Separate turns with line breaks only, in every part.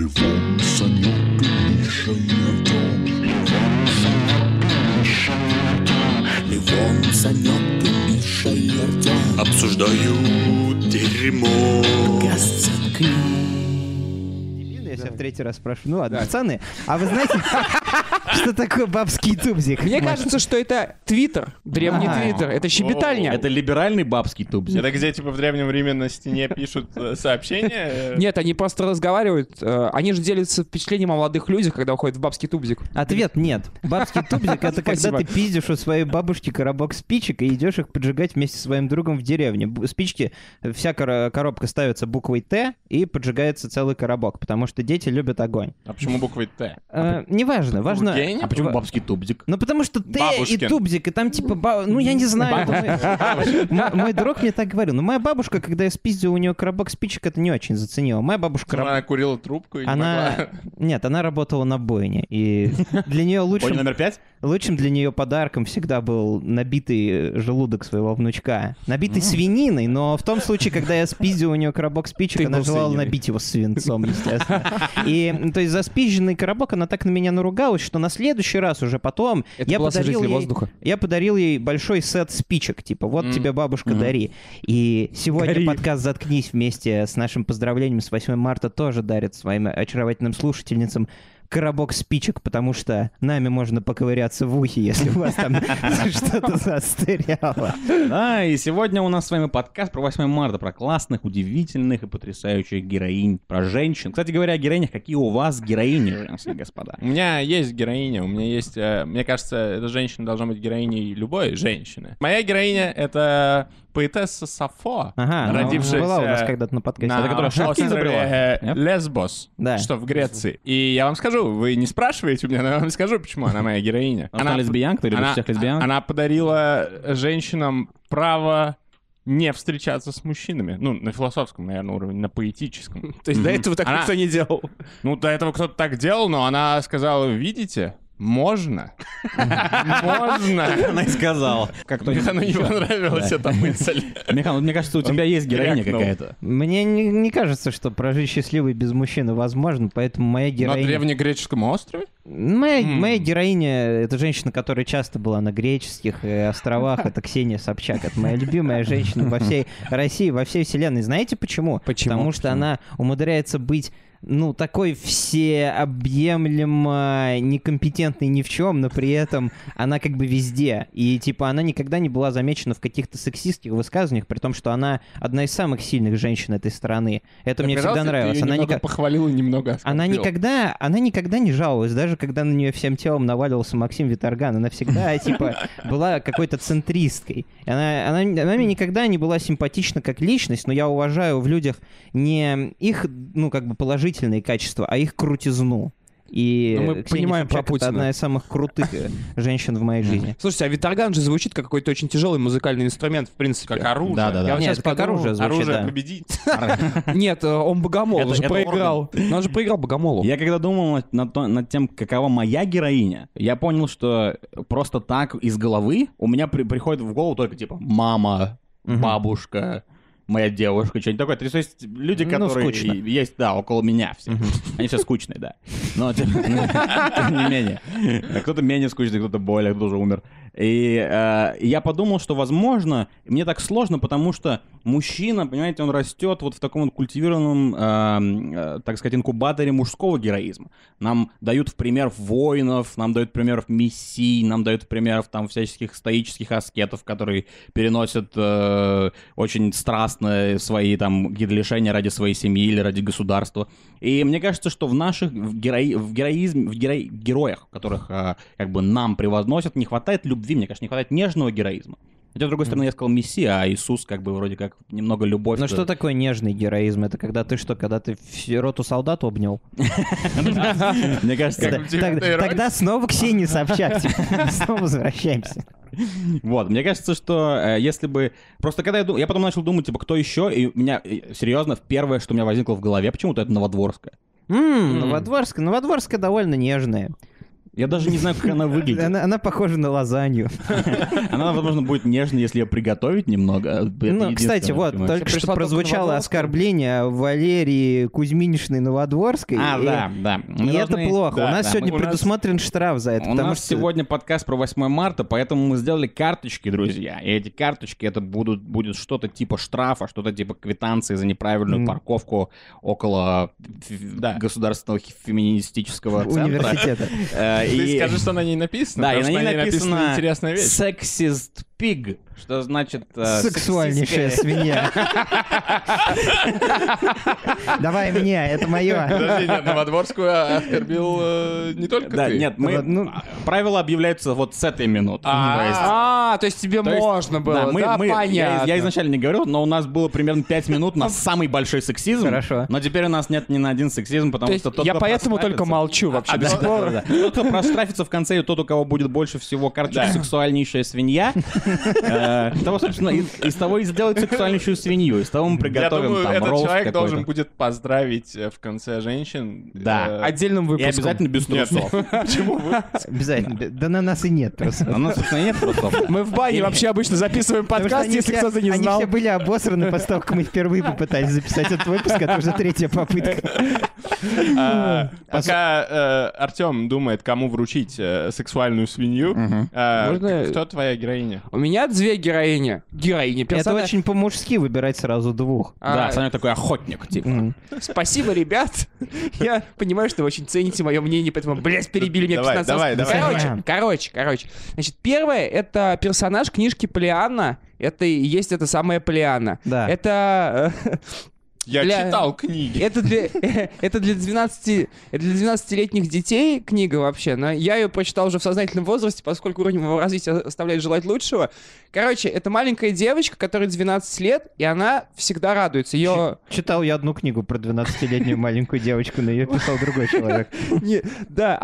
Левон, Санек и Миша и Артем. Левон, Санек и Миша и Артем обсуждают дерьмо.
Если я в третий раз спрашиваю. Ну ладно, пацаны, а вы знаете, что такое бабский тубзик?
Мне кажется, что это Твиттер, древний Твиттер, это щебетальня.
Это либеральный бабский тубзик.
Это где, типа, в Древнем Риме на стене пишут сообщения?
Нет, они просто разговаривают. Они же делятся впечатлением о молодых людях, когда уходят в бабский тубзик.
Ответ нет. Бабский тубзик — это когда ты пиздишь у своей бабушки коробок спичек и идешь их поджигать вместе со своим другом в деревне. Спички, вся коробка ставится буквой «Т» и поджигается целый коробок, потому что дети любят огонь.
А почему буквой «Т»?
Неважно, важно...
Гений?
А почему бабский тубзик?
Ну, потому что «Т» и
Бабушкин.
тубзик, и там типа... Ну, я не знаю. Мой друг мне так говорил. Но моя бабушка, когда я спиздил у нее коробок спичек, это не очень заценила. Моя бабушка...
Она курила трубку и не
Она...
могла.
Нет, она работала на бойне. И для нее
Бойня номер 5?
лучшим для нее подарком всегда был набитый желудок своего внучка. Набитый свининой, но в том случае, когда я спиздил у нее коробок спичек,
Ты
она
был
желала
свининой.
набить его свинцом, естественно. И, то есть, за спизженный коробок она так на меня наругалась, что на следующий раз уже потом
Это была освежитель воздуха.
я подарил ей большой сет спичек, типа, вот тебе, бабушка, дари. И сегодня
Гори.
подкаст «Заткнись» вместе с нашим поздравлением с 8 марта тоже дарит своим очаровательным слушательницам коробок спичек, потому что нами можно поковыряться в ухе, если у вас там что-то застряло.
Да, и сегодня у нас с вами подкаст про 8 марта, про классных, удивительных и потрясающих героинь, про женщин. Кстати говоря, о героинях, какие у вас героини, женские господа?
У меня есть героиня, у меня есть... Мне кажется, эта женщина должна быть героиней любой женщины. Моя героиня — это поэтесса Сафо,
Ага, она
родившаяся
была у нас когда-то на подкасте.
на
Это которая шапки
острове
изобрела?
Лесбос,
Да.
что в Греции. И я вам скажу, вы не спрашиваете у меня, но я вам скажу, почему она моя героиня.
Она лесбиянка, ты любишь всех лесбиянок?
Она подарила женщинам право не встречаться с мужчинами. Ну, на философском, наверное, уровне, на поэтическом.
То есть до этого так
Она-
никто не делал.
Ну, до этого кто-то так делал, но она сказала, видите, можно. Можно.
Она и сказала. Как то
Михаилу не понравилась эта мысль.
Михаил, мне кажется, у тебя есть героиня
крякнул.
какая-то.
Мне не кажется, что прожить счастливой без мужчины возможно, поэтому моя
На
героиня...
древнегреческом острове?
Моя героиня — это женщина, которая часто была на греческих островах. Это Ксения Собчак. Это моя любимая женщина во всей России, во всей вселенной. Знаете почему?
Почему?
Потому что она умудряется быть, ну, такой всеобъемлемо некомпетентной ни в чем, но при этом она как бы везде. И, типа, она никогда не была замечена в каких-то сексистских высказываниях, при том, что она одна из самых сильных женщин этой страны. Это мне всегда нравилось.
Ты
Она
ее немного похвалил и немного оскорбил.
она никогда не жаловалась, даже когда на нее всем телом наваливался Максим Виторган. Она всегда, типа, была какой-то центристкой. Она мне никогда не была симпатична как личность, но я уважаю в людях не их, ну, как бы, положительные качества, а их крутизну. И
Ну, мы
Ксения
понимаем
Собчак —
про
это
Путина.
одна из самых крутых женщин в моей жизни.
Слушайте, а виторган же звучит как какой-то очень тяжелый музыкальный инструмент, в принципе.
Как оружие.
Да-да-да.
Я вот
Нет,
сейчас
как
подумал.
оружие звучит,
Оружие
да.
победить.
Нет, он богомол, он же
Это
проиграл. Он же проиграл богомолу.
Я когда думал над тем, какова моя героиня, я понял, что просто так из головы у меня приходит в голову только типа мама, бабушка, моя девушка, что-нибудь такое. То есть люди,
Ну,
которые
скучно.
есть, да, около меня все. Они все скучные, да. Но тем не менее. Кто-то менее скучный, кто-то более, кто-то уже умер. И я подумал, что, возможно, мне так сложно, потому что мужчина, понимаете, он растет вот в таком вот культивированном, так сказать, инкубаторе мужского героизма. Нам дают в пример воинов, нам дают примеров мессий, нам дают в примеров там всяческих стоических аскетов, которые переносят очень страстно свои там какие-то лишения ради своей семьи или ради государства. И мне кажется, что в наших героях, которых как бы нам превозносят, не хватает любви, мне кажется, не хватает нежного героизма. Хотя, с другой стороны, я сказал Мессия, а Иисус как бы вроде как немного любовь.
Ну что такое нежный героизм? Это когда ты роту солдат обнял?
Мне кажется,
Тогда снова Ксения Собчак. Типа, снова возвращаемся.
вот, мне кажется, что если бы... Просто когда я потом начал думать, типа, кто еще, и у меня, серьезно, первое, что у меня возникло в голове, почему-то это Новодворская.
Новодворская довольно нежная.
Я даже не знаю, как она выглядит.
Она похожа на лазанью.
Она, возможно, будет нежной, если ее приготовить немного. Это
Ну, кстати,
единственное,
вот,
что я
только
пришла
что
только
прозвучало
Новодворская.
оскорбление Валерии Кузьминичной Новодворской.
А,
и-
да.
И
Мы
это
должны-
плохо.
да,
У нас
да,
сегодня
у нас-
предусмотрен штраф за это,
У
потому
нас
что...
сегодня подкаст про 8 марта, поэтому мы сделали карточки, друзья. И эти карточки, это будет что-то типа штрафа, что-то типа квитанции за неправильную парковку около государственного феминистического центра.
Университета.
Э,
Ты
и-
скажи, что на ней написано.
Да, и
потому
на
что
ней
написана
написано
интересная вещь.
«Sexist pig», что значит...
Сексуальнейшая свинья. Давай мне, это мое.
Подожди, нет, Новодворскую оскорбил не только
Да,
ты.
нет,
Ну,
правила объявляются вот с этой минуты. То есть-
То есть тебе
То есть,
можно было,
да,
да, понятно.
Я изначально не говорил, но у нас было примерно 5 минут на самый большой сексизм.
Хорошо.
Но теперь у нас нет ни на один сексизм, потому
То есть
что тот,
я
кто
поэтому только
проштрафится-
молчу вообще до
Да,
сих
да,
пор.
да, да. Тот, кто проштрафится в конце, и тот, у кого будет больше всего карточек «Сексуальнейшая свинья», того, собственно, из того и сделать сексуальнейшую свинью. Из того мы
Я
приготовим
думаю,
там
этот
ролл
человек
какой-то.
должен будет поздравить в конце женщин.
Да.
Отдельным
И
выпуском.
обязательно без трусов.
Почему вы?
Обязательно. Да на нас и нет просто.
У нас, собственно, нет трусов.
Мы в бане вообще обычно записываем
Потому что
подкаст, если кто-то не
они
знал.
все были обосраны после того, как мы впервые попытались записать этот выпуск, это уже третья попытка.
Пока Артем думает, кому вручить сексуальную свинью,
Можно-
кто твоя героиня?
У меня две героини. Героини.
Это
персонаж.
очень по-мужски выбирать сразу двух.
Да, Саня такой охотник, типа.
Спасибо, ребят. Я понимаю, что вы очень цените мое мнение, поэтому, блядь, перебили меня
Давай,
15 раз.
давай.
Короче. Значит, первое — это персонаж книжки Полианна. Это и есть эта самая Полианна.
Да.
Это...
Я
Для-
читал книги.
Это для 12-летних детей книга вообще, но я ее прочитал уже в сознательном возрасте, поскольку уровень моего развития оставляет желать лучшего. Короче, это маленькая девочка, которой 12 лет, и она всегда радуется. Ее...
Читал я одну книгу про 12-летнюю маленькую девочку, но ее писал другой человек.
Да,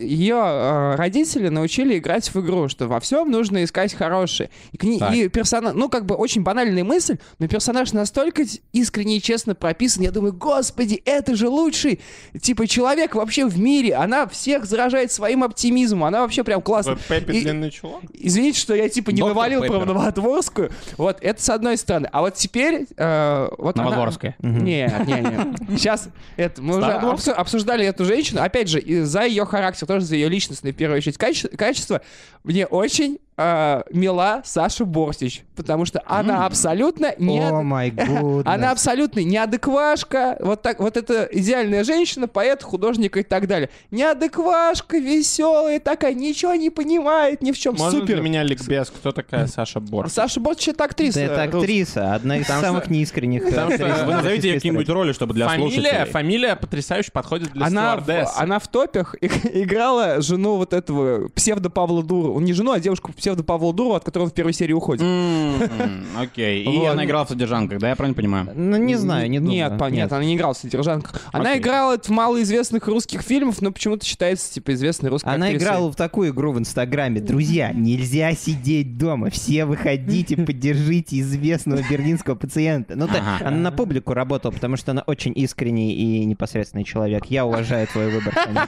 ее родители научили играть в игру, что во всем нужно искать хорошее. И персонаж, ну как бы очень банальная мысль, но персонаж настолько искренне и честно прописан, я думаю, господи, это же лучший, типа, человек вообще в мире, она всех заражает своим оптимизмом, она вообще прям классная.
Пеппи
И-
длинный чулок?
Извините, что я типа не
Доктор
навалил про
Пеппер.
Новодворскую. Вот, это с одной стороны. А вот теперь... вот она-
Новодворская.
Нет. Сейчас это мы уже
Стародворская?
обсуждали эту женщину. Опять же, и за ее характер, тоже за ее личностное, в первую очередь, качество. Мне очень мила Саша Борстич, потому что она абсолютно не...
О май гуд.
Она абсолютно неадеквашка, вот так, вот это идеальная женщина, поэт, художник и так далее. Неадеквашка, веселая такая, ничего не понимает ни в чем.
Можно
Супер.
для меня ликбез? Кто такая Саша Борс?
Саша Борстич — это актриса.
Это актриса, одна из
Потому
самых
что-
неискренних
потому что-
актрис.
Вы назовите ей
российской
какие-нибудь
эстрады.
роли, чтобы для слушателей.
Фамилия потрясающе подходит для
Она
стюардессы.
она в топях играла жену вот этого псевдо Павла Дурова. Не жену, а девушку псевдо Павла Дурова, от которого в первой серии уходит.
Окей. И
Вот.
она играла в «Содержанках», да, я правильно понимаю?
Ну, не знаю, не думаю.
Нет, она не играла в «Содержанках». Она
Окей.
играла в малоизвестных русских фильмах, но почему-то считается, типа, известной русской
Она
актрисой.
играла в такую игру в Инстаграме. Друзья, нельзя сидеть дома. Все выходите, поддержите известного берлинского пациента. Ну,
Ага.
она на публику работала, потому что она очень искренний и непосредственный человек. Я уважаю твой выбор, Саня.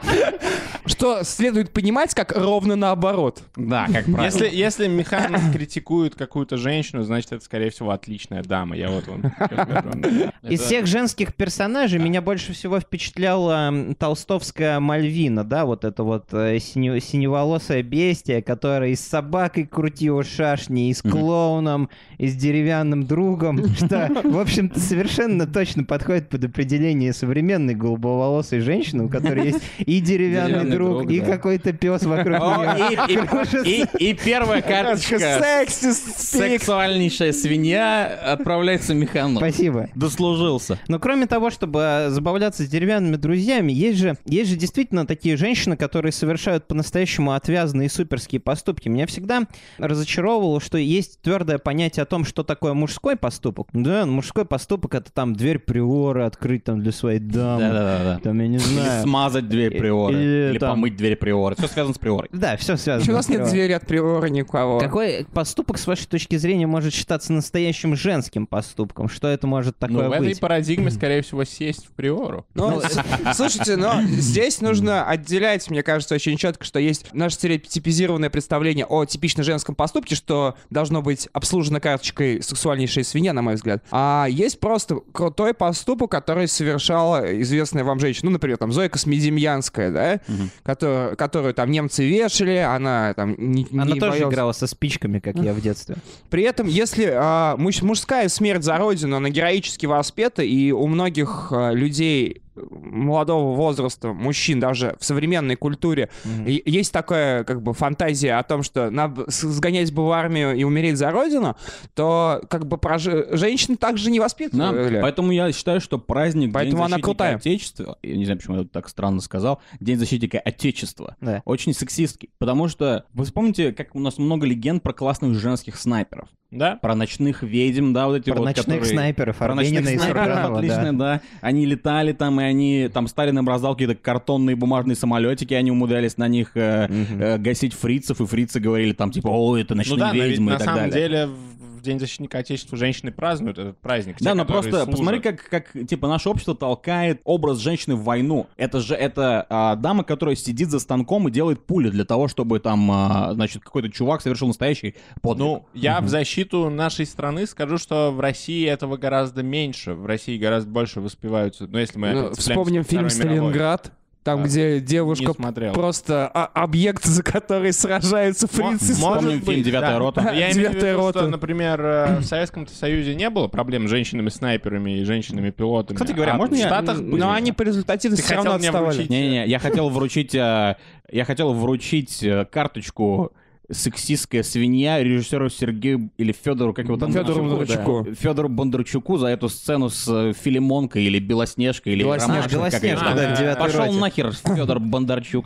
Что следует понимать как ровно наоборот.
Да, как правило.
Если механик критикует какую-то женщину, значит, это, скорее всего, отличная дама. Я вот вам...
Из всех женских персонажей меня больше всего впечатляла толстовская Мальвина, да, вот это вот синеволосое бестия, которая и с собакой крутила шашни, и с клоуном, и с деревянным другом, что, в общем-то, совершенно точно подходит под определение современной голубоволосой женщины, у которой есть и деревянный друг, и
да.
какой-то пес вокруг
О,
нее.
и первая карточка «Сексуальнейшая свинья» отправляется Михану.
Спасибо.
Дослужился.
Но кроме того, чтобы забавляться с деревянными друзьями, есть же действительно такие женщины, которые совершают по-настоящему отвязные и суперские поступки. Меня всегда разочаровывало, что есть твердое понятие о том, что такое мужской поступок. Да, мужской поступок — это там дверь приора открыть там для своей дамы.
Да-да-да.
Там, я не
Или
знаю.
смазать дверь приора.
Или
Или
там-
помыть дверь приора. Все связано с приорой.
Да, все связано.
У нас
с
нет
приорой.
двери нет приора никого.
Какой поступок, с вашей точки зрения, может считаться настоящим женским поступком? Что это может
Ну,
такое
в этой
быть?
парадигме, скорее всего, сесть в приору.
Ну, слушайте, но здесь нужно отделять, мне кажется, очень четко, что есть наше стереотипизированное представление о типично женском поступке, что должно быть обслужено карточкой сексуальнейшая свинья, на мой взгляд. А есть просто крутой поступок, который совершала известная вам женщина. Ну, например, там Зоя Космедемьянская, да? Которую там немцы вешали, она там не
Она тоже
боялась.
играла со спичками, как я в детстве.
При этом, если мужская смерть за родину, она героически воспета, и у многих людей молодого возраста, мужчин даже в современной культуре, есть такая как бы фантазия о том, что надо сгонять бы в армию и умереть за родину, то как бы женщин также не
Да,
воспитывали.
поэтому я считаю, что праздник
Поэтому
День
она
защитника
крутая.
Отечества, я не знаю, почему я так странно сказал, День защитника Отечества,
Да.
очень сексистский. Потому что, вы вспомните, как у нас много легенд про классных женских снайперов.
Да?
Про ночных ведьм, да, вот эти
Про
вот,
ночных
которые...
снайперов,
Про ночных
Арбенина и
снайперов,
Сурганова,
отлично, да. Они летали там, и они там Сталин им раздал какие-то картонные бумажные самолетики, они умудрялись на них гасить фрицев, и фрицы говорили там типа, о, это
Ну
ночные
да, но ведь
ведьмы и
на
так
самом
далее.
деле в День защитника Отечества женщины празднуют этот праздник.
Да,
те,
но
которые
просто
служат.
посмотри, как типа наше общество толкает образ женщины в войну. Это дама, которая сидит за станком и делает пули для того, чтобы там, значит, какой-то чувак совершил настоящий подвиг.
Ну, я в защиту нашей страны скажу, что в России этого гораздо меньше. В России гораздо больше воспеваются. Ну, если мы
Ну,
цепляемся
вспомним
к
фильм
Второй мировой.
«Сталинград». Там, где девушка
не смотрел.
просто объект, за который сражаются фрицы.
Вспомним фильм «Девятая рота».
Я имею в
«Девятая
виду,
рота».
что, например, в Советском Союзе не было проблем с женщинами-снайперами и женщинами-пилотами.
Кстати говоря,
А
можно
в
я-
Штатах были.
Но они по результативности
Ты
все равно
хотел мне
отставали.
вручить?
Не-не-не, я хотел вручить карточку «Сексистская свинья» режиссеру Сергею или Федору, как его там?
Федору Бондарчуку.
Да. Федору Бондарчуку за эту сцену с Филимонкой или Белоснежкой или
Белоснежка.
Ромашкой, как её
Белоснежка,
там.
да, в «Девятой
Пошел
роте».
нахер, Федор Бондарчук.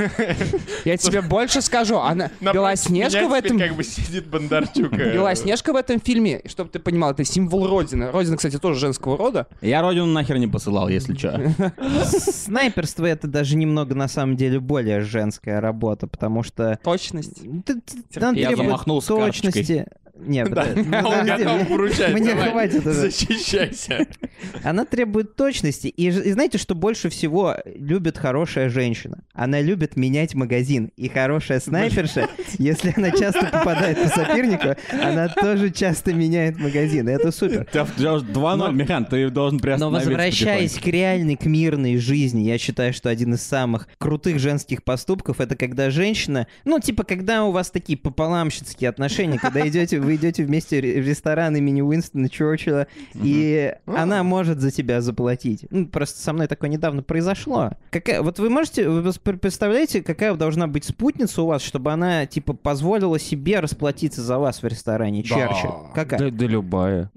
Я тебе больше скажу, она
Напротив
Белоснежка
меня
в этом...
теперь как бы сидит Бондарчук.
Белоснежка в этом фильме, чтобы ты понимал, это символ Родины. Родина, кстати, тоже женского рода.
Я родину нахер не посылал, если что.
Снайперство — это даже немного, на самом деле, более женская работа, потому что...
Точность.
Нам
Я
требует
замахнулся
точности. Не,
Он
подожди,
готов вручать.
мне
давай,
хватит уже.
Защищайся.
Она требует точности. И знаете, что больше всего любит хорошая женщина? Она любит менять магазин. И хорошая снайперша, если она часто попадает по сопернику, она тоже часто меняет магазин. И это супер.
2-0, Михан, ты должен
Но
приостановиться.
возвращаясь к реальной, к мирной жизни, я считаю, что один из самых крутых женских поступков — это когда женщина, ну, типа, когда у вас такие пополамщицкие отношения, когда вы идете вместе в ресторан имени Уинстона Черчилля, и она может за тебя заплатить. Ну, просто со мной такое недавно произошло. Вот вы представляете, какая должна быть спутница у вас, чтобы она, типа, позволила себе расплатиться за вас в ресторане Черчилль? Какая?
Да любая.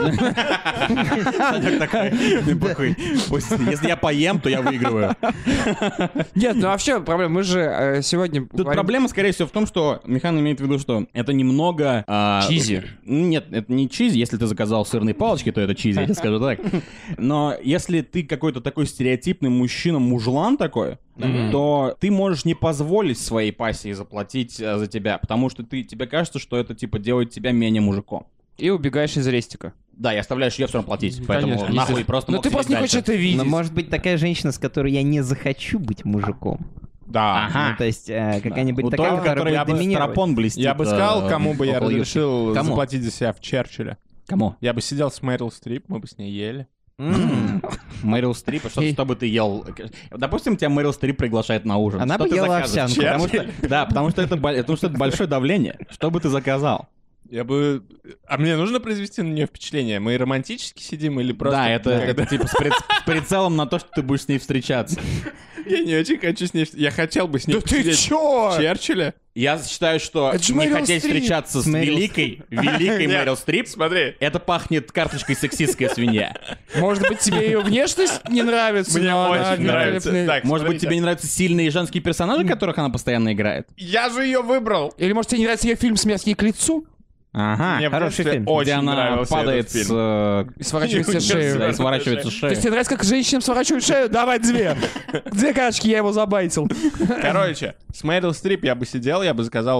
Если я поем, то я выигрываю.
Нет, ну вообще проблема, мы же сегодня...
Тут
говорим-
проблема, скорее всего, в том, что Михан имеет в виду, что это немного...
Чизи.
Нет, это не чизи. Если ты заказал сырные палочки, то это чизи, я скажу так. Но если ты какой-то такой стереотипный мужчина-мужлан такой, то ты можешь не позволить своей пассии заплатить за тебя, потому что тебе кажется, что это, типа, делает тебя менее мужиком.
И убегаешь из рестика.
Да, и оставляешь ее все равно платить, поэтому
Конечно,
нахуй
естественно.
просто
Но
мог
ты
сидеть
просто не
дальше.
хочешь это видеть.
Но может быть такая женщина, с которой я не захочу быть мужиком.
Да.
Ага.
Ну, то есть какая-нибудь
У
такая,
той,
которая
которой
будет доминировать.
стропон блестит.
Я бы сказал, кому бы я
около юбки.
разрешил
Кому?
заплатить за себя в Черчилле.
Кому?
Я бы сидел с Мэрил Стрип, мы бы с ней ели.
Мэрил Стрип, что бы ты ел? Допустим, тебя Мэрил Стрип приглашает на ужин.
Она
Что
бы
ты
ела
заказываешь?
овсянку.
Потому что это большое давление. Что бы ты заказал?
Я бы... А мне нужно произвести на нее впечатление? Мы романтически сидим или просто...
Да, это типа с прицелом на то, что ты будешь с ней встречаться.
Я не очень хочу с ней... Я хотел бы с ней
Да ты
посидеть
чё?
в Черчилле.
Я считаю, что
Это же
не
Мэрил
хотеть
Стрип.
встречаться с
Мэрил
великой
Нет.
Мэрил Стрип,
Смотри.
это пахнет карточкой «Сексистская свинья».
Может быть, тебе ее внешность не нравится?
Мне
но она
очень нравится.
великолепная.
Так,
Может быть,
смотрите.
тебе не нравятся сильные женские персонажи, которых она постоянно играет?
Я же ее выбрал.
Или может тебе не нравится ее фильм «Смерть к лицу»?
Ага.
Мне в
хороший
детстве
фильм,
Где
очень
она
нравился
падает
этот фильм.
И сворачивается
Не
шею.
да, и сворачивается
То
шея.
есть тебе нравится, как женщинам сворачивают шею? Давай две. Две карточки, я его забайтил.
Короче, с Мэрил Стрип я бы сидел, я бы заказал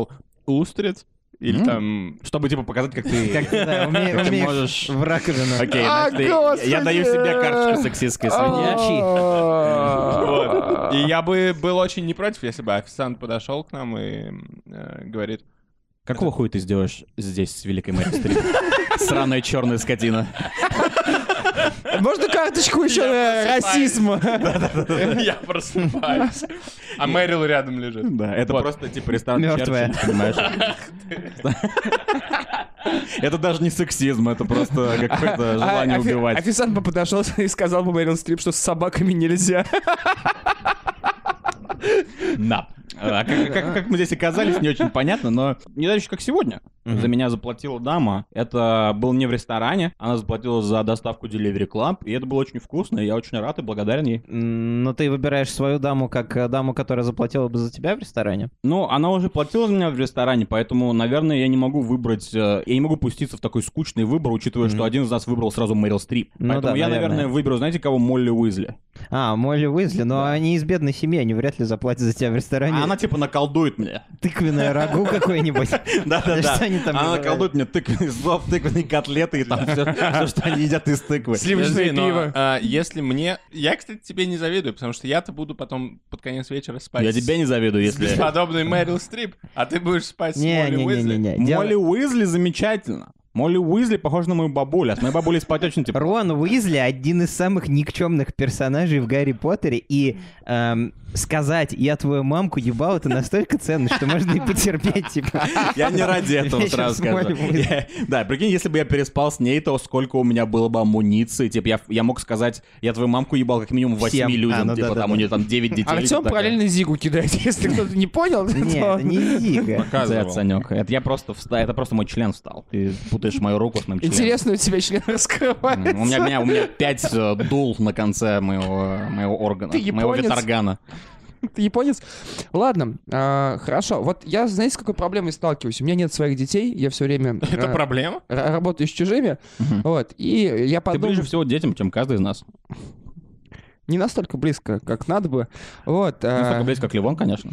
устриц. Или
М.
там...
Чтобы, типа, показать, как ты...
Как ты, да,
Как ты
умеешь
можешь...
в раковину.
Окей,
А,
значит,
господи!
я даю себе карточку сексистской свиньи.
Вот. И я бы был очень не против, если бы официант подошел к нам и говорит...
Какого хуя ты сделаешь здесь с Великой Мэри Стрип? Сраная черная скотина.
Можно карточку еще на расизм?
Я просыпаюсь. А Мэрил рядом лежит.
Да, это
Вот.
просто, типа, ресторан
Мёртвая.
Черчилль, понимаешь? Это даже не сексизм, это просто какое-то желание убивать.
Официант бы подошел и сказал бы Мэрил Стрип, что с собаками нельзя.
Да. Как мы здесь оказались, не очень понятно, но не дальше, как сегодня. За меня заплатила дама. Это был не в ресторане, она заплатила за доставку Delivery Club, и это было очень вкусно, и я очень рад и благодарен ей.
Но ты выбираешь свою даму как даму, которая заплатила бы за тебя в ресторане?
Ну, она уже платила за меня в ресторане, поэтому, наверное, я не могу выбрать, я не могу пуститься в такой скучный выбор, учитывая, что один из нас выбрал сразу Мэрил Стрип.
Ну
Поэтому
да,
я,
наверное.
наверное, выберу, знаете, кого? Молли Уизли.
Молли Уизли, но они из бедной семьи, они вряд ли заплатят за тебя в ресторане.
А она, типа, наколдует мне.
Тыквенное рагу какое-нибудь.
Да-да-да.
Что они там
Она
называют?
наколдует мне тыквенный зоб, тыквенные котлеты и там все, что они едят из тыквы.
Сливочное
Подожди, но,
пиво.
если мне... Я, кстати, тебе не завидую, потому что я-то буду потом под конец вечера спать.
Я тебе не завидую,
с
если...
бесподобной Мэрил Стрип, а ты будешь спать с Молли Уизли.
Не-не-не-не.
Молли Уизли замечательно. Молли Уизли похожа на мою бабулю, а с моей бабулей спать очень типа...
Рон Уизли один из самых никчемных персонажей в Гарри Поттере, и сказать «я твою мамку ебал» — это настолько ценно, что можно и потерпеть, типа.
Я не ради этого
Вечер
сразу
с Молли
скажу.
Уизли.
Да, прикинь, если бы я переспал с ней, то сколько у меня было бы амуниции. Типа, я мог сказать, я твою мамку ебал как минимум 8
Всем.
людям.
Ну
Типа,
да-да-да.
там у нее там 9 детей.
Артем
типа,
параллельно Зигу кидает, если кто-то не понял.
Нет,
то-
это не Зига.
такая.
Показывал.
Санек. Это я просто это просто мой член встал. Ты путаешь мою руку с моим членом.
Интересно, у тебя член раскрывается.
У меня 5 дул на конце моего органа,
Ты
моего
японец?
виторгана.
Ты японец? Ладно, хорошо. Вот я, знаете, с какой проблемой сталкиваюсь? У меня нет своих детей, я все время
Это проблема?
работаю с чужими. Вот, и я
Ты
подумал...
ближе всего к детям, чем каждый из нас.
Не настолько близко, как надо бы. Вот,
Не столько близко, как Ливон, конечно.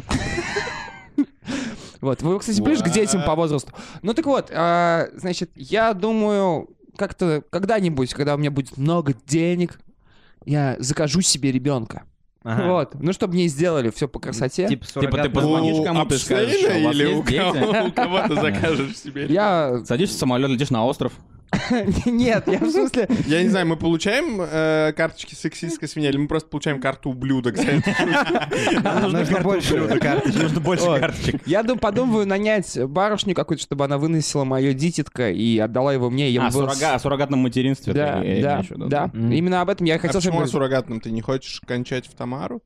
вот. Вы, кстати, ближе к детям по возрасту. Ну так вот, значит, я думаю, как-то когда-нибудь, когда у меня будет много денег, я закажу себе ребенка.
Ага.
Вот. Ну, чтобы мне сделали все по красоте.
Типа
Типа ты
суррогатного.
позвонишь кому-то и скажешь, что у вас
или
есть дети?
у кого ты закажешь себе?
Я...
Садишься в самолет, летишь на остров.
Нет, я в смысле...
Я не знаю, мы получаем карточки сексистской свиньи, или мы просто получаем карту ублюдок за это?
Нужно больше карточек.
Нужно больше карточек.
Я подумываю нанять барышню какую-то, чтобы она выносила мое дитятко и отдала его мне. Я
О суррогатном материнстве.
Да,
ты
да,
имеешь в виду,
да. Именно об этом я
А
хотел,
почему
чтобы...
о суррогатном? Ты не хочешь кончать в Тамару?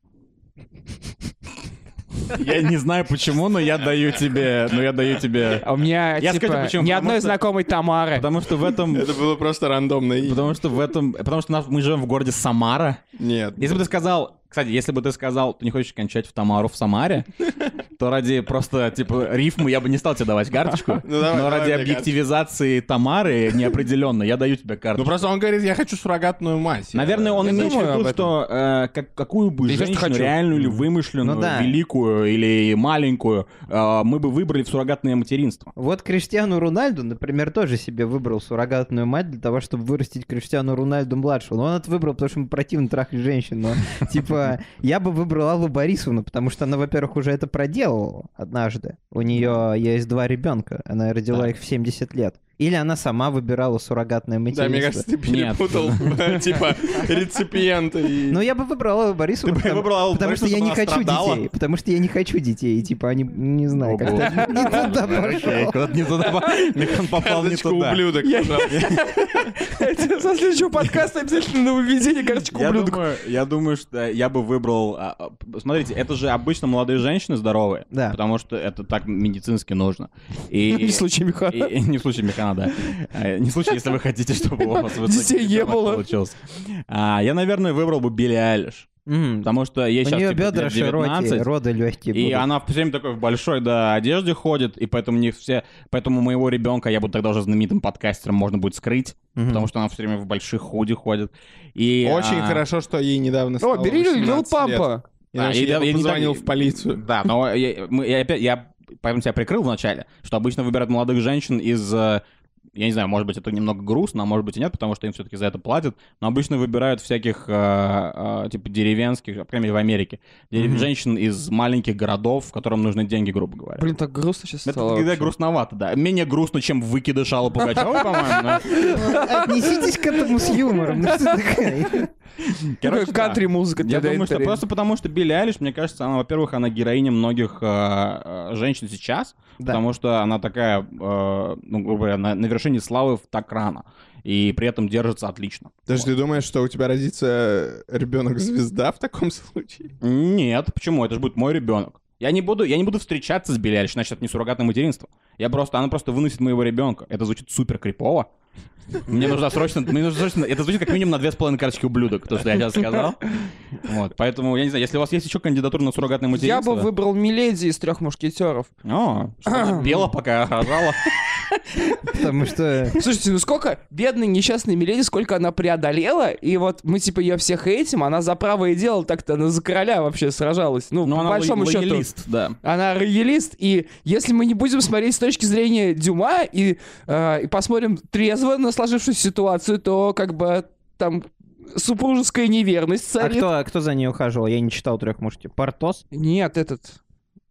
Я не знаю почему, но я даю тебе...
А у меня,
Я скажу,
типа,
почему,
ни
потому
одной
что-
знакомой Тамары.
Потому что в этом...
Это было просто рандомно.
Потому что мы живем в городе Самара.
Нет.
Если бы ты сказал... Кстати, если бы ты сказал, ты не хочешь кончать в Тамару в Самаре, то ради просто, типа, рифмы я бы не стал тебе давать карточку.
Ну, давай,
Но
давай
ради
мне
объективизации Тамары неопределенно я даю тебе
Ну
карточку.
просто он говорит, я хочу суррогатную мать.
Наверное, он
не
имеет в
думаю об
виду,
этом.
что какую бы
Я тоже
женщину,
хочу.
реальную или вымышленную,
Ну да.
великую или маленькую, мы бы выбрали в суррогатное материнство.
Вот Криштиану Роналду, например, тоже себе выбрал суррогатную мать для того, чтобы вырастить Криштиану Роналду-младшего. Но он это выбрал, потому что ему противно трахать женщин. Но, типа, я бы выбрал Аллу Борисовну, потому что она, во-первых, уже это проделала однажды. У нее есть 2 ребенка. Она родила их в 70 лет. Или она сама выбирала суррогатное материнство.
Да, мне кажется, ты перепутал, типа, реципиента и...
Ну, я бы выбрал Аллу Борисовну,
Ты бы выбрал Аллу
потому что я
Борисовну,
не
чтобы
хочу
она страдала?
детей. Потому что я не хочу детей. И, типа, они, не знаю,
О,
как-то
боже.
не туда пошел.
Куда-то не туда. Михан попал не
Карточку
туда.
ублюдок, пожалуйста.
Со следующего подкаста обязательно на выведение карточку ублюдок.
Я думаю, что я бы выбрал... Смотрите, это же обычно молодые женщины здоровые.
Да.
Потому что это так медицински нужно.
В случае Михана.
И не в случае Михана, да. Не в случае, если вы хотите, чтобы у вас высокий
Детей не
ребенок
было.
получился. Я, наверное, выбрал бы Билли Айлиш. Потому что ей
У
сейчас
нее
типа,
бедра
19,
широкие, роды легкие
и
будут.
она все время такой в большой, да, одежде ходит, и поэтому не все... Поэтому моего ребенка я буду тогда уже знаменитым подкастером можно будет скрыть, потому что она все время в больших худи ходит. И,
Очень хорошо, что ей недавно стало
О, бери Лил
18 лет.
Пампа.
Иначе я бы
не
позвонил
дам-
в полицию.
Да, но я поэтому тебя прикрыл вначале, что обычно выбирают молодых женщин из... Я не знаю, может быть, это немного грустно, а может быть и нет, потому что им все-таки за это платят, но обычно выбирают всяких, типа, деревенских, по крайней мере, в Америке, женщин из маленьких городов, которым нужны деньги, грубо говоря.
Блин, так грустно сейчас
Это
стало.
когда грустновато, да. Менее грустно, чем выкидыш Аллы Пугачевой, по-моему.
Отнеситесь к этому с юмором. Ну что такое?
Какая кантри-музыка
Я
для
думаю, что
интервью.
просто потому, что Билли Айлиш, мне кажется, она, во-первых, она героиня многих женщин сейчас,
Да.
потому что она такая, ну, грубо говоря, на вершине славы так рано, и при этом держится отлично.
Даже ты думаешь, что у тебя родится ребенок-звезда в таком случае?
Нет, почему? Это же будет мой ребенок. Я не буду встречаться с Билли Айлиш, значит, это не суррогатное материнство. Она просто выносит моего ребенка. Это звучит супер крипово. Мне нужно срочно, это звучит как минимум на 2,5 карточки ублюдок, то, что я сейчас сказал. Вот, поэтому, я не знаю, если у вас есть еще кандидатура на суррогатное
Я
материнство...
бы выбрал Миледи из «Трех мушкетеров».
О, что она пела, пока рожала.
Потому что...
Слушайте, ну сколько бедной несчастной Миледи, сколько она преодолела, и вот мы типа ее всех этим, она за правое дело так-то, она за короля вообще сражалась. Ну,
Но
по
она
большому счету.
лоялист, да.
Она роялист, и если мы не будем смотреть с точки зрения Дюма и посмотрим трезво на сложившуюся ситуацию, то как бы там супружеская неверность
А
царит.
кто за ней ухаживал? Я не читал «Трех мушкетеров». Портос?
Нет, этот...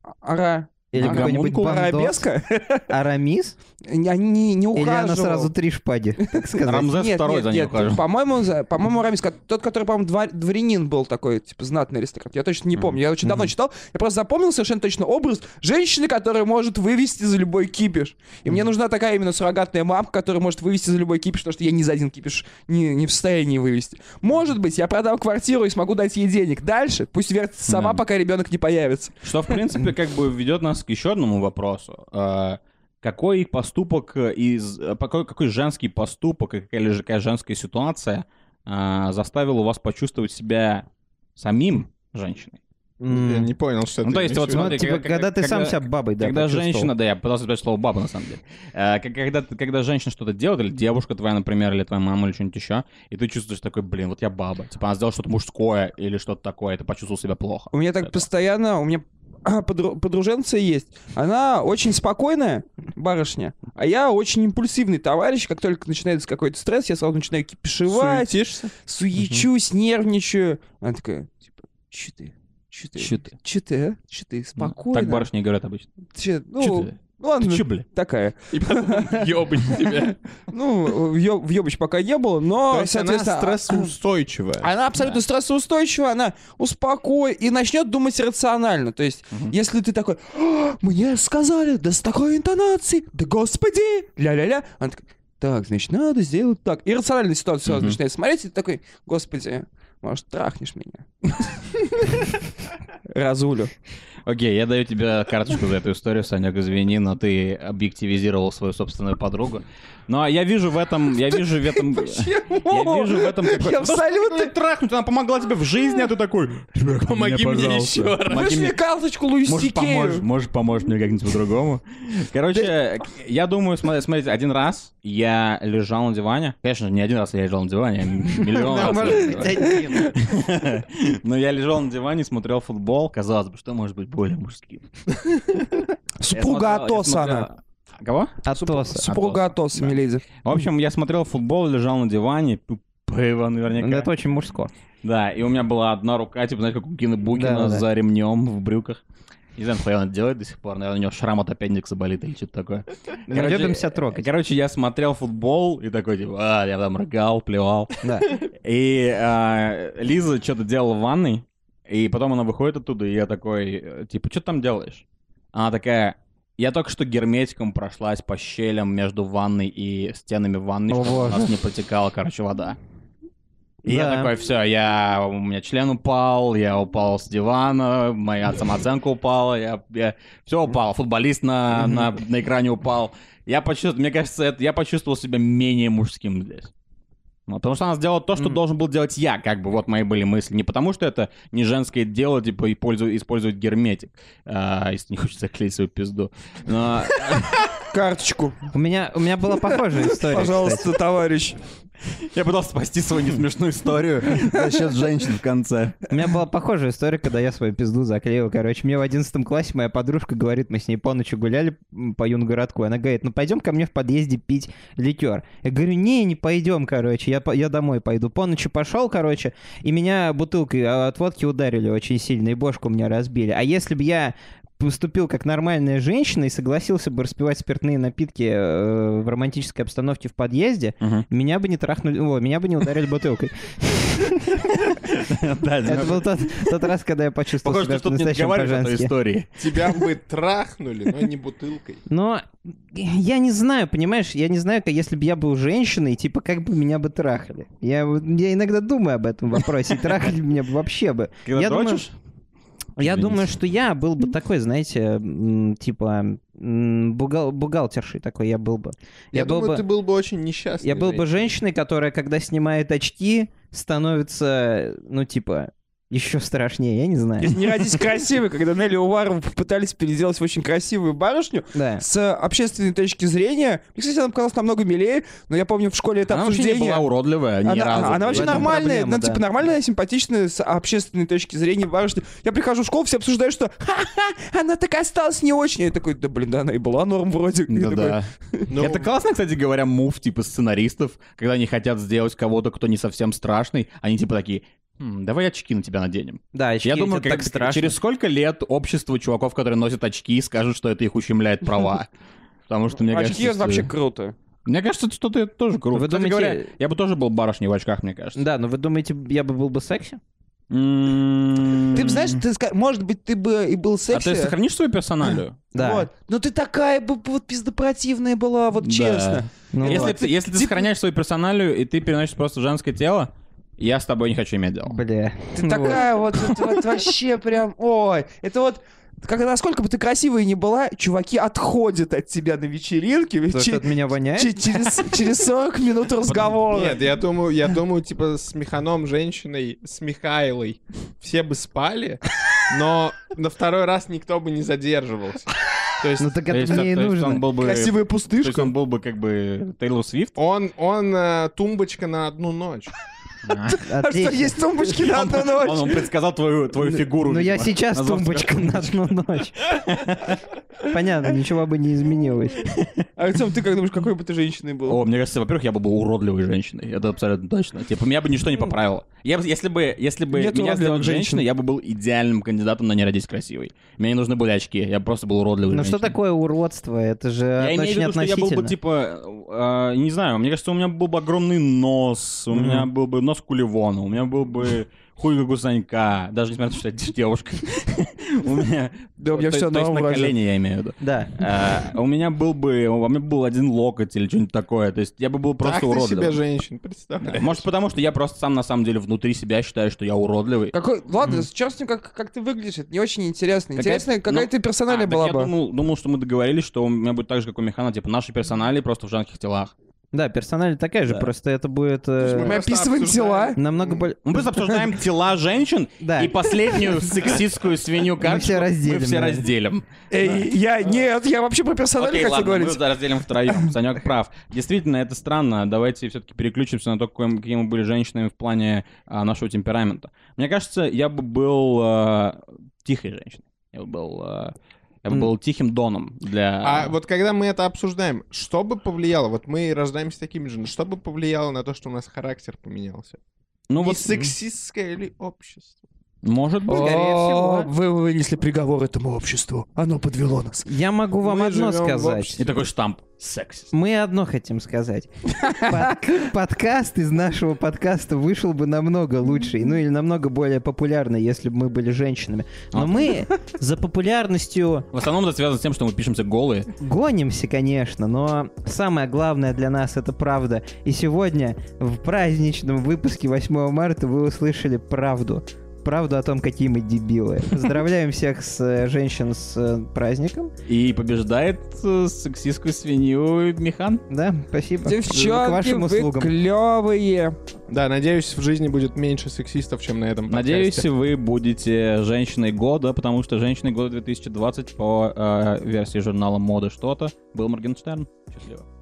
Или
Ага.
какой-нибудь Бандос?
Арабеска?
Арамис?
Не
Или
ухаживал.
она сразу 3 шпади, так сказать?
Рамзес
Нет,
II
нет,
за ней
нет.
ухаживал.
По-моему, Арамис, тот, который, по-моему, дворянин был такой, типа, знатный аристократ. Я точно не помню. Я очень давно читал. Я просто запомнил совершенно точно образ женщины, которая может вывести за любой кипиш. И мне нужна такая именно суррогатная мамка, которая может вывести за любой кипиш, потому что я ни за один кипиш не в состоянии вывести. Может быть, я продам квартиру и смогу дать ей денег. Дальше пусть вертится сама,
Да.
пока ребенок не появится.
Что, в принципе, как бы ведет нас к еще одному вопросу. Какой поступок какой женский поступок и какая женская ситуация заставила вас почувствовать себя самим женщиной?
Я не понял, что
Ну,
ты
то есть, вот
имеешь в виду.
смотри,
Типа, когда ты сам себя бабой, да,
когда
почувствовал.
женщина, да, я пытался сказать слово баба, на самом деле. Когда женщина что-то делает, или девушка твоя, например, или твоя мама, или что-нибудь еще, и ты чувствуешь такой, блин, вот я баба. Типа, она сделала что-то мужское или что-то такое, и ты почувствовал себя плохо.
У меня так постоянно, у меня подруженца есть. Она очень спокойная барышня, а я очень импульсивный товарищ. Как только начинается какой-то стресс, я сразу начинаю кипишевать,
Суетишься?
суечусь, нервничаю. Она такая, типа, че ты,
Чё ты?
спокойно.
Так барышни говорят обычно.
Чё,
Чё ты?
ну, ладно,
Ты чё, бля?
такая.
И потом ёбать тебя.
Ну, въебыч пока не было, но,
То есть она
соответственно,
стрессоустойчивая.
она абсолютно стрессоустойчивая, она успокоит и начнет думать рационально. То есть, если ты такой, мне сказали, да с такой интонацией, да господи, ля-ля-ля. Она такая, так, значит, надо сделать так. И рациональная ситуация сразу начинает смотреть, и ты такой, господи, может, трахнешь меня? Разулю.
Окей, я даю тебе карточку за эту историю, Санек, извини, но ты объективизировал свою собственную подругу. Но я вижу в этом... Я вижу в этом какой-
Я абсолютно...
Ну, трахнуть, она помогла тебе в жизни, а ты такой...
Помоги мне еще раз.
Помоги
Вышли
мне.
карточку
Может,
Луистикею.
поможешь мне как-нибудь по-другому. Короче, я думаю, смотрите, один раз я лежал на диване. Конечно, не один раз я лежал на диване, я миллион раз лежал на диване. Но я лежал на диване, смотрел футбол. Казалось бы, что может быть более мужским?
Супруга Атоса она.
Кого?
Атоса.
Супруга Атоса,
Да.
миледи.
В общем, я смотрел футбол, лежал на диване, пил пиво наверняка.
Это очень мужское.
Да, и у меня была одна рука, типа, знаешь, как у Гины Букина,
Да-да-да.
за ремнем в брюках. Не знаю, что он это делает до сих пор, наверное, у него шрам от аппендикса болит или что-то такое.
Идет им себя трогать.
Короче, я смотрел футбол и такой, типа, я там рыгал, плевал.
Да.
И Лиза что-то делала в ванной, и потом она выходит оттуда, и я такой, типа, что ты там делаешь? Она такая, я только что герметиком прошлась по щелям между ванной и стенами ванной,
О,
чтобы у нас
боже.
не потекала, короче, вода. И я
Да.
такой, все, у меня член упал, я упал с дивана, моя самооценка упала, я все упало, футболист на экране упал. Я почувствовал, мне кажется, я почувствовал себя менее мужским здесь. Ну, потому что она сделала то, что должен был делать я, как бы, вот мои были мысли. Не потому что это не женское дело, типа, использовать герметик, если не хочется клеить свою пизду. Но...
карточку.
У меня была похожая история.
Пожалуйста, товарищ.
Я пытался спасти свою несмешную историю за счет женщин в конце.
У меня была похожая история, когда я свою пизду заклеил. Короче, мне в 11 классе моя подружка говорит, мы с ней по ночи гуляли по Юнгородку. Она говорит, ну пойдем ко мне в подъезде пить ликер. Я говорю, не пойдем, короче, я домой пойду. По ночи пошел, короче, и меня бутылкой от водки ударили очень сильно, и бошку у меня разбили. А если бы я поступил как нормальная женщина и согласился бы распивать спиртные напитки в романтической обстановке в подъезде, меня бы не трахнули, меня бы не ударили бутылкой. Это был тот раз, когда я почувствовал
Похоже,
себя
что тут не
по-настоящему
договариваешь
по-женски.
этой истории.
Тебя бы трахнули, но не бутылкой.
Но я не знаю, понимаешь, я не знаю, если бы я был женщиной, типа, как бы меня бы трахали. Я иногда думаю об этом вопросе, и трахали меня бы вообще бы.
Когда дрочишь?
Я
Извините.
думаю, что я был бы такой, знаете, типа бухгалтершей такой я был бы.
Я думаю, ты был бы очень несчастный.
Я был бы женщиной, которая, когда снимает очки, становится, ну, типа, еще страшнее, я не знаю.
Если не родись красивой, когда Нелли Уварову попытались переделать в очень красивую барышню,
Да.
с общественной точки зрения, мне, кстати, она показалась намного милее, но я помню в школе это
Она вообще не
обсуждение.
была уродливая ни разу.
Она
В
вообще
этом
нормальная,
проблема,
ну, типа,
да.
нормальная, симпатичная, с общественной точки зрения барышня. Я прихожу в школу, все обсуждают, что ха-ха, она так осталась не очень. Я такой, да блин, да она и была норм вроде. Я
Да.
Ну,
Это классно, кстати говоря, мув типа сценаристов, когда они хотят сделать кого-то, кто не совсем страшный, они типа такие, давай очки на тебя наденем.
Да, очки,
Я думаю,
это так страшно.
через сколько лет общество чуваков, которые носят очки, скажут, что это их ущемляет права. Потому что, мне
Очки
кажется...
это вообще круто.
Мне кажется, что-то это тоже круто.
Вы
Кстати
думаете-
говоря, я бы тоже был барышней в очках, мне кажется.
Да, но вы думаете, я бы был бы секси?
Ты бы, знаешь, может быть, ты бы и был
А
секси.
ты сохранишь свою персоналию?
Да.
Вот. Но ты такая бы вот пиздопротивная была, вот
Да.
честно.
Ну
Если
вот.
ты сохраняешь свою персоналию, и ты переносишь просто женское тело, я с тобой не хочу иметь дело.
Бля.
Ты
Ну
такая вот вообще прям, ой, это вот, когда насколько бы ты красивой ни была, чуваки отходят от тебя на вечеринке
вот. Что, от меня воняет?
через 40 минут разговора.
Нет, я думаю, типа, с Механом, женщиной, с Михайлой все бы спали, но на второй раз никто бы не задерживался. То есть
Ну так
То есть
это мне и
то есть он
нужно.
был бы...
Красивая
То есть
пустышка.
он был бы как бы Тейлор Свифт?
он тумбочка на одну ночь.
А что,
Отлично.
есть тумбочки на одну ночь?
Он предсказал твою фигуру.
Ну я
видимо.
сейчас
Назвав тебя
тумбочка на одну ночь. Понятно, ничего бы не изменилось.
Артем, ты как думаешь, какой бы ты женщиной был?
О, мне кажется, во-первых, я бы был уродливой женщиной. Это абсолютно точно. Типа, меня бы ничто не поправило. Если бы
Нет
меня
уродливых
сделали
женщин.
женщиной, я бы был идеальным кандидатом на «Не родись красивой». Мне не нужны были очки, я просто был уродливой
Ну что
женщиной.
такое уродство? Это же
Я имею в
очень
виду, что я был бы,
относительно.
типа, не знаю, мне кажется, у меня был бы огромный нос, у меня был бы нос Кулевона, у меня был бы хуй как у Санька, даже несмотря на то, что я девушка. У меня...
Да, у меня
то
всё
есть на
норм вроде.
колени, я имею в виду.
Да.
У меня был один локоть или что-нибудь такое, то есть я бы был
Так
просто
ты
уродливый.
себе женщин представляешь.
Может, потому что я просто сам на самом деле внутри себя считаю, что я уродливый.
Ладно, черт с ним, как ты выглядишь, это не очень интересно.
Какая-
Интересно, какая
ну,
ты персональная
так
была
я
бы.
думал, что мы договорились, что у меня будет так же, как у Механа, типа наши персонали просто в женских телах.
Да, персональ такая же,
Да.
просто это будет
Мы
просто
описываем тела.
обсуждаем.
намного более...
Мы просто обсуждаем тела женщин
Да.
и последнюю сексистскую свинью карточку
все разделим,
мы все
да.
разделим.
Нет, я вообще про персонали
Окей,
хотел
ладно, мы
говорить.
разделим втроем. Санек прав. Действительно, это странно. Давайте все-таки переключимся на то, какими мы были женщинами в плане нашего темперамента. Мне кажется, я бы был тихой женщиной. Я бы был тихим доном для...
А вот когда мы это обсуждаем, что бы повлияло? Вот мы рождаемся такими же, но что бы повлияло на то, что у нас характер поменялся?
Ну
Не
вот,
сексистское ли общество?
может быть.
Скорее всего.
Вы вынесли приговор этому обществу. Оно подвело нас.
Я могу вам
Мы
одно
живем в
сказать.
обществе.
И такой штамп. Сексист.
Мы одно хотим сказать. Подкаст из нашего подкаста вышел бы намного лучше, ну или намного более популярный, если бы мы были женщинами. Но мы за популярностью
В основном это связано с тем, что мы пишемся голые.
гонимся, конечно, но самое главное для нас — это правда. И сегодня в праздничном выпуске 8 марта вы услышали правду. правду о том, какие мы дебилы. Поздравляем всех женщин с праздником.
И побеждает сексистскую свинью Михан.
Да, спасибо. К
Девчонки,
вашим
вы
услугам.
клевые.
Да, надеюсь, в жизни будет меньше сексистов, чем на этом подкасте.
Надеюсь, вы будете женщиной года, потому что женщиной года 2020 по версии журнала «Моды что-то» был Моргенштерн. Счастливо.